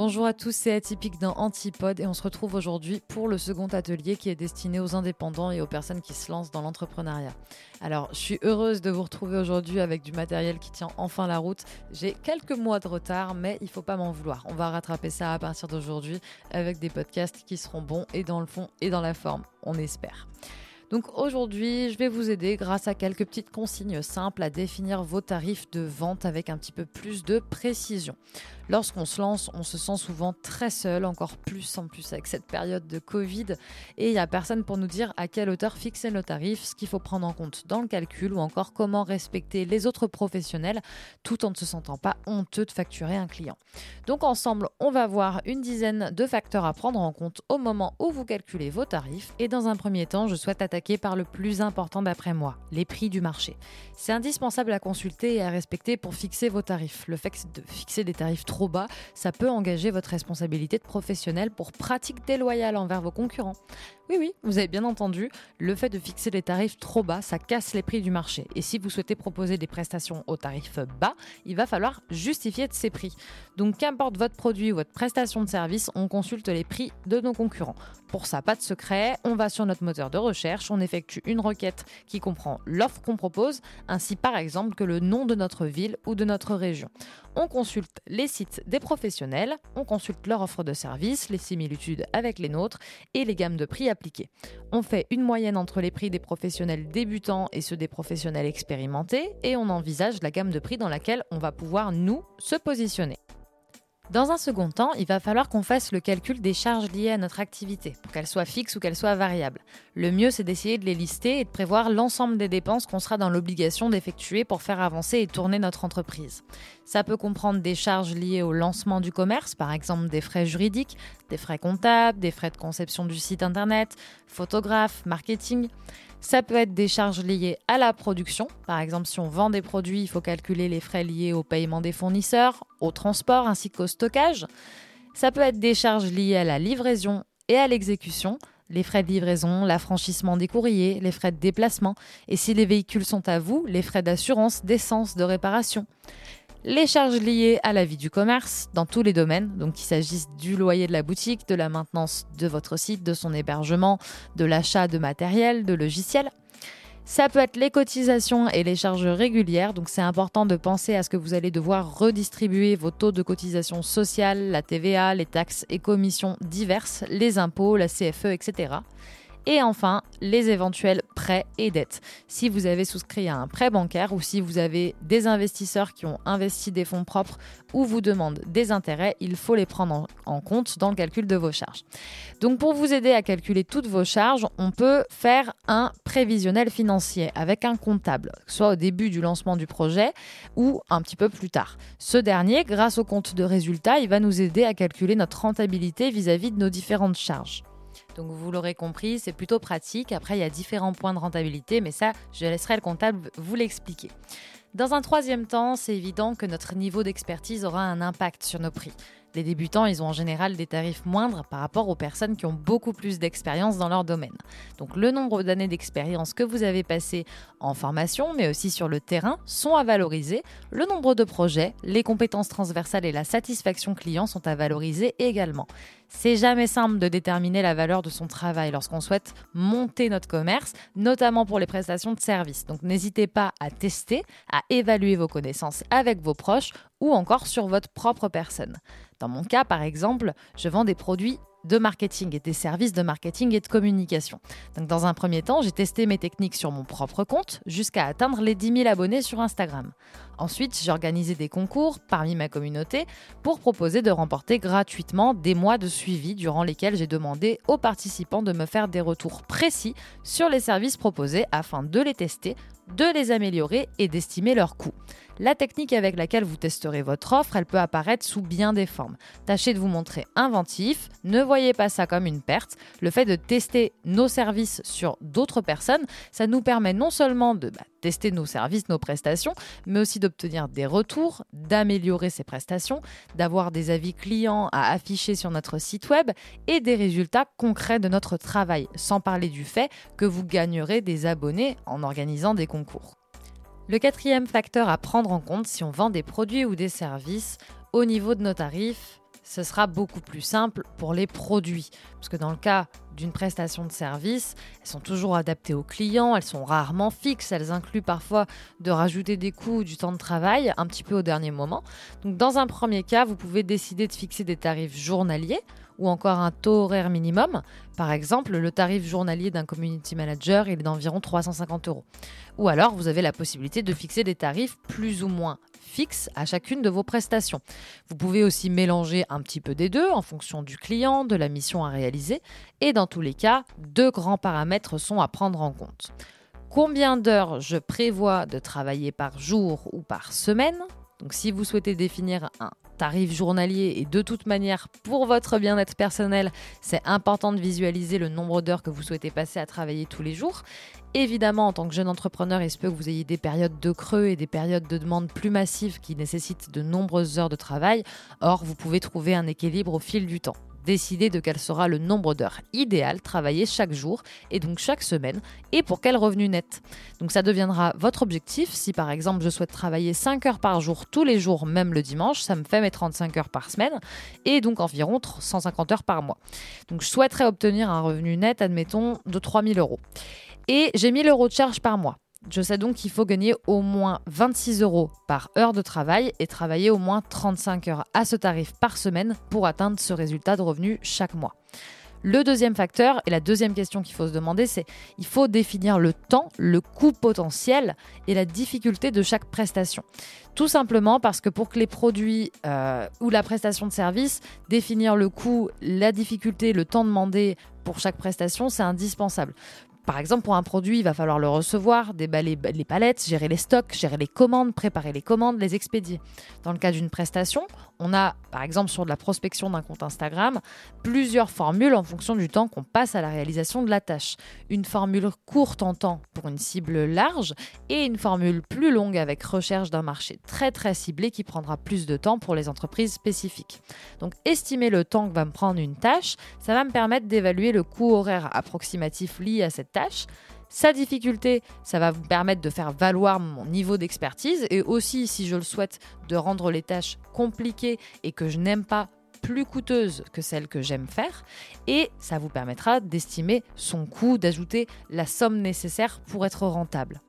Bonjour à tous, c'est Atypique dans Antipode et on se retrouve aujourd'hui pour le second atelier qui est destiné aux indépendants et aux personnes qui se lancent dans l'entrepreneuriat. Alors, je suis heureuse de vous retrouver aujourd'hui avec du matériel qui tient enfin la route. J'ai quelques mois de retard, mais il ne faut pas m'en vouloir. On va rattraper ça à partir d'aujourd'hui avec des podcasts qui seront bons et dans le fond et dans la forme, on espère. Donc aujourd'hui, je vais vous aider grâce à quelques petites consignes simples à définir vos tarifs de vente avec un petit peu plus de précision. Lorsqu'on se lance, on se sent souvent très seul, encore plus en plus avec cette période de Covid. Et il n'y a personne pour nous dire à quelle hauteur fixer nos tarifs, ce qu'il faut prendre en compte dans le calcul ou encore comment respecter les autres professionnels tout en ne se sentant pas honteux de facturer un client. Donc ensemble, on va voir une dizaine de facteurs à prendre en compte au moment où vous calculez vos tarifs. Et dans un premier temps, je souhaite attaquer par le plus important d'après moi, les prix du marché. C'est indispensable à consulter et à respecter pour fixer vos tarifs. Le fait de fixer des tarifs trop bas, ça peut engager votre responsabilité de professionnel pour pratique déloyale envers vos concurrents. Oui, vous avez bien entendu, le fait de fixer des tarifs trop bas, ça casse les prix du marché. Et si vous souhaitez proposer des prestations aux tarifs bas, il va falloir justifier de ces prix. Donc qu'importe votre produit ou votre prestation de service, on consulte les prix de nos concurrents. Pour ça, pas de secret, on va sur notre moteur de recherche, on effectue une requête qui comprend l'offre qu'on propose, ainsi par exemple que le nom de notre ville ou de notre région. On consulte les sites des professionnels, on consulte leur offre de service, les similitudes avec les nôtres et les gammes de prix appliquées. On fait une moyenne entre les prix des professionnels débutants et ceux des professionnels expérimentés et on envisage la gamme de prix dans laquelle on va pouvoir, nous, se positionner. Dans un second temps, il va falloir qu'on fasse le calcul des charges liées à notre activité, pour qu'elles soient fixes ou qu'elles soient variables. Le mieux, c'est d'essayer de les lister et de prévoir l'ensemble des dépenses qu'on sera dans l'obligation d'effectuer pour faire avancer et tourner notre entreprise. Ça peut comprendre des charges liées au lancement du commerce, par exemple des frais juridiques, des frais comptables, des frais de conception du site internet, photographe, marketing. Ça peut être des charges liées à la production. Par exemple, si on vend des produits, il faut calculer les frais liés au paiement des fournisseurs, au transport ainsi qu'au stockage. Ça peut être des charges liées à la livraison et à l'exécution, les frais de livraison, l'affranchissement des courriers, les frais de déplacement. Et si les véhicules sont à vous, les frais d'assurance, d'essence, de réparation. Les charges liées à la vie du commerce dans tous les domaines, donc qu'il s'agisse du loyer de la boutique, de la maintenance de votre site, de son hébergement, de l'achat de matériel, de logiciels. Ça peut être les cotisations et les charges régulières, donc c'est important de penser à ce que vous allez devoir redistribuer vos taux de cotisation sociale, la TVA, les taxes et commissions diverses, les impôts, la CFE, etc. Et enfin, les éventuels prêts et dettes. Si vous avez souscrit à un prêt bancaire ou si vous avez des investisseurs qui ont investi des fonds propres ou vous demandent des intérêts, il faut les prendre en compte dans le calcul de vos charges. Donc pour vous aider à calculer toutes vos charges, on peut faire un prévisionnel financier avec un comptable, soit au début du lancement du projet ou un petit peu plus tard. Ce dernier, grâce au compte de résultat, il va nous aider à calculer notre rentabilité vis-à-vis de nos différentes charges. Donc vous l'aurez compris, c'est plutôt pratique. Après, il y a différents points de rentabilité, mais ça, je laisserai le comptable vous l'expliquer. Dans un troisième temps, c'est évident que notre niveau d'expertise aura un impact sur nos prix. Les débutants, ils ont en général des tarifs moindres par rapport aux personnes qui ont beaucoup plus d'expérience dans leur domaine. Donc le nombre d'années d'expérience que vous avez passé en formation, mais aussi sur le terrain, sont à valoriser. Le nombre de projets, les compétences transversales et la satisfaction client sont à valoriser également. C'est jamais simple de déterminer la valeur de son travail lorsqu'on souhaite monter notre commerce, notamment pour les prestations de services. Donc n'hésitez pas à tester, à évaluer vos connaissances avec vos proches ou encore sur votre propre personne. Dans mon cas, par exemple, je vends des produits de marketing et des services de marketing et de communication. Donc dans un premier temps, j'ai testé mes techniques sur mon propre compte jusqu'à atteindre les 10 000 abonnés sur Instagram. Ensuite, j'ai organisé des concours parmi ma communauté pour proposer de remporter gratuitement des mois de suivi durant lesquels j'ai demandé aux participants de me faire des retours précis sur les services proposés afin de les tester, de les améliorer et d'estimer leur coût. La technique avec laquelle vous testerez votre offre, elle peut apparaître sous bien des formes. Tâchez de vous montrer inventif, ne voyez pas ça comme une perte. Le fait de tester nos services sur d'autres personnes, ça nous permet non seulement de tester nos services, nos prestations, mais aussi d'obtenir des retours, d'améliorer ces prestations, d'avoir des avis clients à afficher sur notre site web et des résultats concrets de notre travail, sans parler du fait que vous gagnerez des abonnés en organisant des concours. Le quatrième facteur à prendre en compte si on vend des produits ou des services au niveau de nos tarifs, ce sera beaucoup plus simple pour les produits. Parce que dans le cas d'une prestation de service, elles sont toujours adaptées aux clients, elles sont rarement fixes, elles incluent parfois de rajouter des coûts ou du temps de travail un petit peu au dernier moment. Donc dans un premier cas, vous pouvez décider de fixer des tarifs journaliers ou encore un taux horaire minimum. Par exemple, le tarif journalier d'un community manager il est d'environ 350 €. Ou alors, vous avez la possibilité de fixer des tarifs plus ou moins fixes à chacune de vos prestations. Vous pouvez aussi mélanger un petit peu des deux en fonction du client, de la mission à réaliser. Et dans tous les cas, deux grands paramètres sont à prendre en compte. Combien d'heures je prévois de travailler par jour ou par semaine ? Donc si vous souhaitez définir un tarif journalier et de toute manière pour votre bien-être personnel, c'est important de visualiser le nombre d'heures que vous souhaitez passer à travailler tous les jours. Évidemment, en tant que jeune entrepreneur, il se peut que vous ayez des périodes de creux et des périodes de demande plus massives qui nécessitent de nombreuses heures de travail. Or, vous pouvez trouver un équilibre au fil du temps. Décidez de quel sera le nombre d'heures idéal travaillées chaque jour et donc chaque semaine et pour quel revenu net. Donc ça deviendra votre objectif. Si par exemple je souhaite travailler 5 heures par jour tous les jours, même le dimanche, ça me fait mes 35 heures par semaine et donc environ 150 heures par mois. Donc je souhaiterais obtenir un revenu net, admettons, de 3 000 €. Et j'ai 1 000 € de charge par mois. Je sais donc qu'il faut gagner au moins 26 € par heure de travail et travailler au moins 35 heures à ce tarif par semaine pour atteindre ce résultat de revenu chaque mois. Le deuxième facteur et la deuxième question qu'il faut se demander, c'est il faut définir le temps, le coût potentiel et la difficulté de chaque prestation. Tout simplement parce que pour que les produits ou la prestation de service, définir le coût, la difficulté, le temps demandé pour chaque prestation, c'est indispensable. Par exemple, pour un produit, il va falloir le recevoir, déballer les palettes, gérer les stocks, gérer les commandes, préparer les commandes, les expédier. Dans le cas d'une prestation, on a, par exemple, sur de la prospection d'un compte Instagram, plusieurs formules en fonction du temps qu'on passe à la réalisation de la tâche. Une formule courte en temps pour une cible large et une formule plus longue avec recherche d'un marché très très ciblé qui prendra plus de temps pour les entreprises spécifiques. Donc, estimer le temps que va me prendre une tâche, ça va me permettre d'évaluer le coût horaire approximatif lié à cette tâche. Sa difficulté, ça va vous permettre de faire valoir mon niveau d'expertise et aussi, si je le souhaite, de rendre les tâches compliquées et que je n'aime pas plus coûteuses que celles que j'aime faire. Et ça vous permettra d'estimer son coût, d'ajouter la somme nécessaire pour être rentable.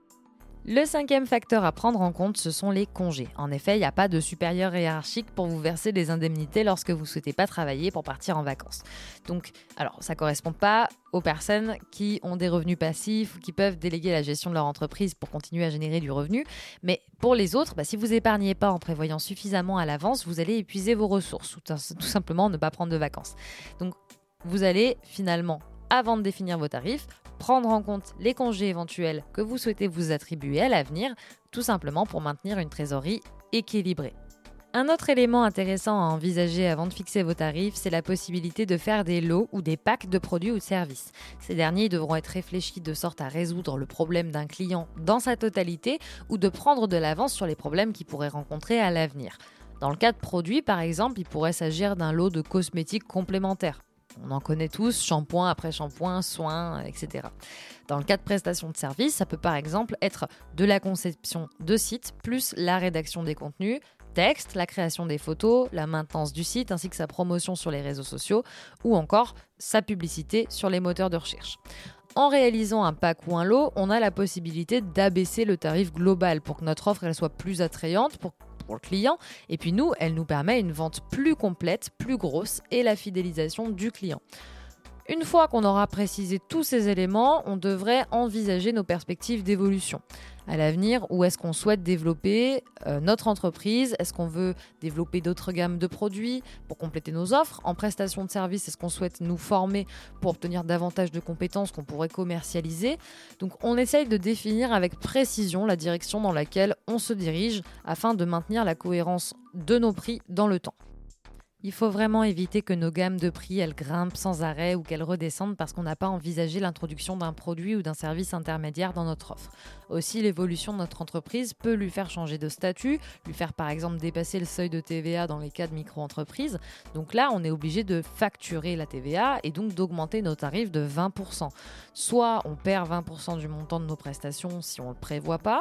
Le cinquième facteur à prendre en compte, ce sont les congés. En effet, il n'y a pas de supérieur hiérarchique pour vous verser des indemnités lorsque vous ne souhaitez pas travailler pour partir en vacances. Donc, ça ne correspond pas aux personnes qui ont des revenus passifs ou qui peuvent déléguer la gestion de leur entreprise pour continuer à générer du revenu. Mais pour les autres, si vous n'épargnez pas en prévoyant suffisamment à l'avance, vous allez épuiser vos ressources ou tout simplement ne pas prendre de vacances. Donc, vous allez finalement, avant de définir vos tarifs, prendre en compte les congés éventuels que vous souhaitez vous attribuer à l'avenir, tout simplement pour maintenir une trésorerie équilibrée. Un autre élément intéressant à envisager avant de fixer vos tarifs, c'est la possibilité de faire des lots ou des packs de produits ou de services. Ces derniers devront être réfléchis de sorte à résoudre le problème d'un client dans sa totalité ou de prendre de l'avance sur les problèmes qu'il pourrait rencontrer à l'avenir. Dans le cas de produits, par exemple, il pourrait s'agir d'un lot de cosmétiques complémentaires. On en connaît tous, shampoing après shampoing, soins, etc. Dans le cas de prestations de services, ça peut par exemple être de la conception de sites, plus la rédaction des contenus, texte, la création des photos, la maintenance du site ainsi que sa promotion sur les réseaux sociaux ou encore sa publicité sur les moteurs de recherche. En réalisant un pack ou un lot, on a la possibilité d'abaisser le tarif global pour que notre offre elle soit plus attrayante pour le client. Et puis nous, elle nous permet une vente plus complète, plus grosse et la fidélisation du client. Une fois qu'on aura précisé tous ces éléments, on devrait envisager nos perspectives d'évolution. À l'avenir, où est-ce qu'on souhaite développer notre entreprise ? Est-ce qu'on veut développer d'autres gammes de produits pour compléter nos offres ? En prestation de services, est-ce qu'on souhaite nous former pour obtenir davantage de compétences qu'on pourrait commercialiser ? Donc on essaye de définir avec précision la direction dans laquelle on se dirige afin de maintenir la cohérence de nos prix dans le temps. Il faut vraiment éviter que nos gammes de prix elles grimpent sans arrêt ou qu'elles redescendent parce qu'on n'a pas envisagé l'introduction d'un produit ou d'un service intermédiaire dans notre offre. Aussi, l'évolution de notre entreprise peut lui faire changer de statut, lui faire par exemple dépasser le seuil de TVA dans les cas de micro-entreprise. Donc là, on est obligé de facturer la TVA et donc d'augmenter nos tarifs de 20%. Soit on perd 20% du montant de nos prestations si on ne le prévoit pas,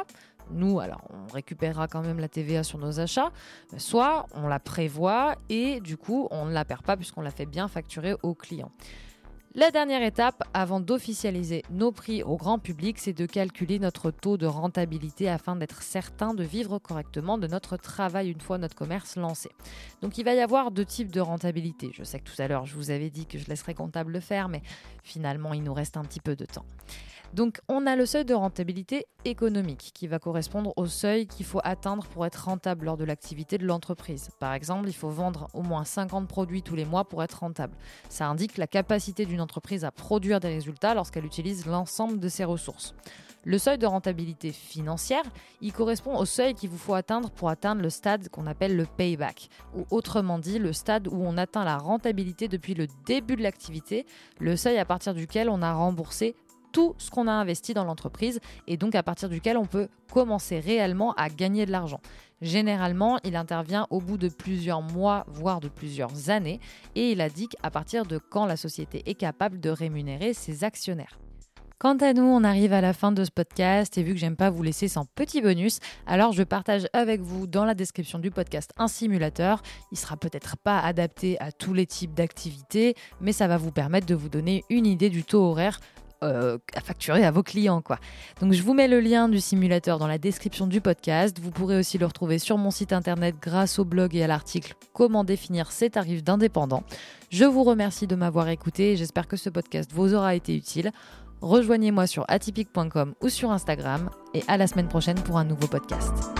nous, alors on récupérera quand même la TVA sur nos achats, soit on la prévoit et du coup on ne la perd pas puisqu'on la fait bien facturer aux clients. La dernière étape, avant d'officialiser nos prix au grand public, c'est de calculer notre taux de rentabilité afin d'être certain de vivre correctement de notre travail une fois notre commerce lancé. Donc il va y avoir 2 types de rentabilité. Je sais que tout à l'heure, je vous avais dit que je laisserais comptable le faire, mais finalement, il nous reste un petit peu de temps. Donc on a le seuil de rentabilité économique qui va correspondre au seuil qu'il faut atteindre pour être rentable lors de l'activité de l'entreprise. Par exemple, il faut vendre au moins 50 produits tous les mois pour être rentable. Ça indique la capacité d'une entreprise à produire des résultats lorsqu'elle utilise l'ensemble de ses ressources. Le seuil de rentabilité financière, il correspond au seuil qu'il vous faut atteindre pour atteindre le stade qu'on appelle le payback, ou autrement dit le stade où on atteint la rentabilité depuis le début de l'activité, le seuil à partir duquel on a remboursé tout ce qu'on a investi dans l'entreprise et donc à partir duquel on peut commencer réellement à gagner de l'argent. Généralement, il intervient au bout de plusieurs mois, voire de plusieurs années, et il indique à partir de quand la société est capable de rémunérer ses actionnaires. Quant à nous, on arrive à la fin de ce podcast et vu que j'aime pas vous laisser sans petit bonus, alors je partage avec vous dans la description du podcast un simulateur. Il sera peut-être pas adapté à tous les types d'activités, mais ça va vous permettre de vous donner une idée du taux horaire à facturer à vos clients, quoi. Donc je vous mets le lien du simulateur dans la description du podcast. Vous pourrez aussi le retrouver sur mon site internet grâce au blog et à l'article Comment définir ses tarifs d'indépendant. Je vous remercie de m'avoir écouté et j'espère que ce podcast vous aura été utile. Rejoignez-moi sur atypique.com ou sur Instagram et à la semaine prochaine pour un nouveau podcast.